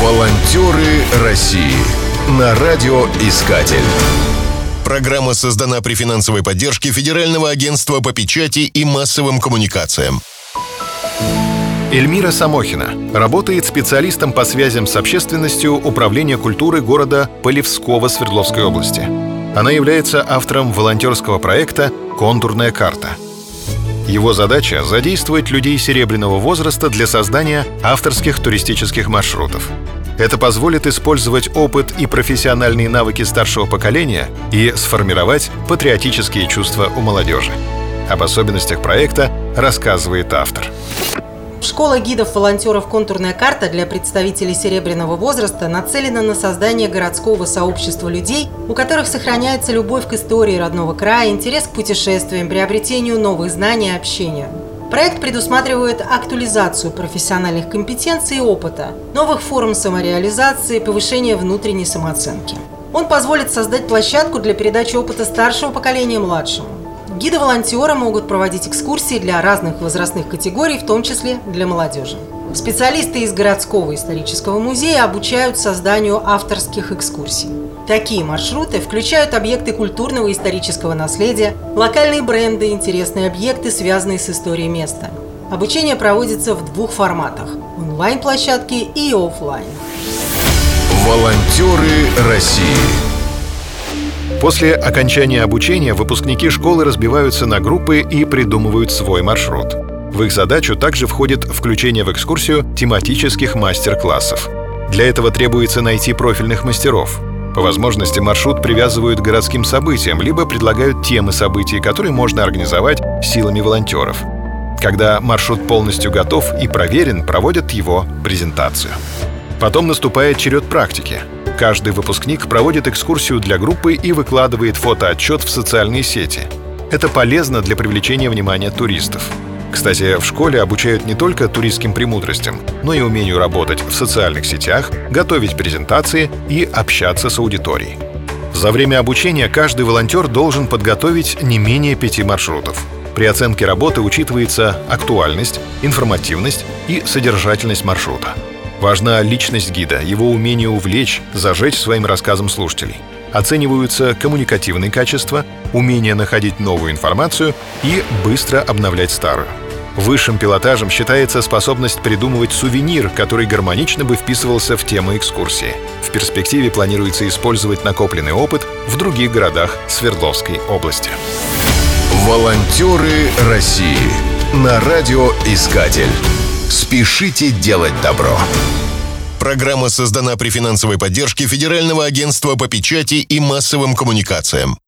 Волонтеры России на радиоискатель. Программа создана при финансовой поддержке Федерального агентства по печати и массовым коммуникациям. Эльмира Самохина работает специалистом по связям с общественностью Управления культуры города Полевского Свердловской области. Она является автором волонтерского проекта «Контурная карта». Его задача — задействовать людей серебряного возраста для создания авторских туристических маршрутов. Это позволит использовать опыт и профессиональные навыки старшего поколения и сформировать патриотические чувства у молодежи. Об особенностях проекта рассказывает автор. Школа гидов-волонтеров «Контурная карта» для представителей серебряного возраста нацелена на создание городского сообщества людей, у которых сохраняется любовь к истории родного края, интерес к путешествиям, приобретению новых знаний и общения. Проект предусматривает актуализацию профессиональных компетенций и опыта, новых форм самореализации, повышение внутренней самооценки. Он позволит создать площадку для передачи опыта старшего поколения младшему. Гиды-волонтеры могут проводить экскурсии для разных возрастных категорий, в том числе для молодежи. Специалисты из городского исторического музея обучают созданию авторских экскурсий. Такие маршруты включают объекты культурного и исторического наследия, локальные бренды, интересные объекты, связанные с историей места. Обучение проводится в двух форматах – онлайн-площадки и офлайн. Волонтеры России. После окончания обучения выпускники школы разбиваются на группы и придумывают свой маршрут. В их задачу также входит включение в экскурсию тематических мастер-классов. Для этого требуется найти профильных мастеров. По возможности маршрут привязывают к городским событиям, либо предлагают темы событий, которые можно организовать силами волонтеров. Когда маршрут полностью готов и проверен, проводят его презентацию. Потом наступает черед практики. Каждый выпускник проводит экскурсию для группы и выкладывает фотоотчет в социальные сети. Это полезно для привлечения внимания туристов. Кстати, в школе обучают не только туристским премудростям, но и умению работать в социальных сетях, готовить презентации и общаться с аудиторией. За время обучения каждый волонтер должен подготовить не менее 5 маршрутов. При оценке работы учитывается актуальность, информативность и содержательность маршрута. Важна личность гида, его умение увлечь, зажечь своим рассказом слушателей. Оцениваются коммуникативные качества, умение находить новую информацию и быстро обновлять старую. Высшим пилотажем считается способность придумывать сувенир, который гармонично бы вписывался в тему экскурсии. В перспективе планируется использовать накопленный опыт в других городах Свердловской области. Волонтеры России на радиоискатель. Спешите делать добро. Программа создана при финансовой поддержке Федерального агентства по печати и массовым коммуникациям.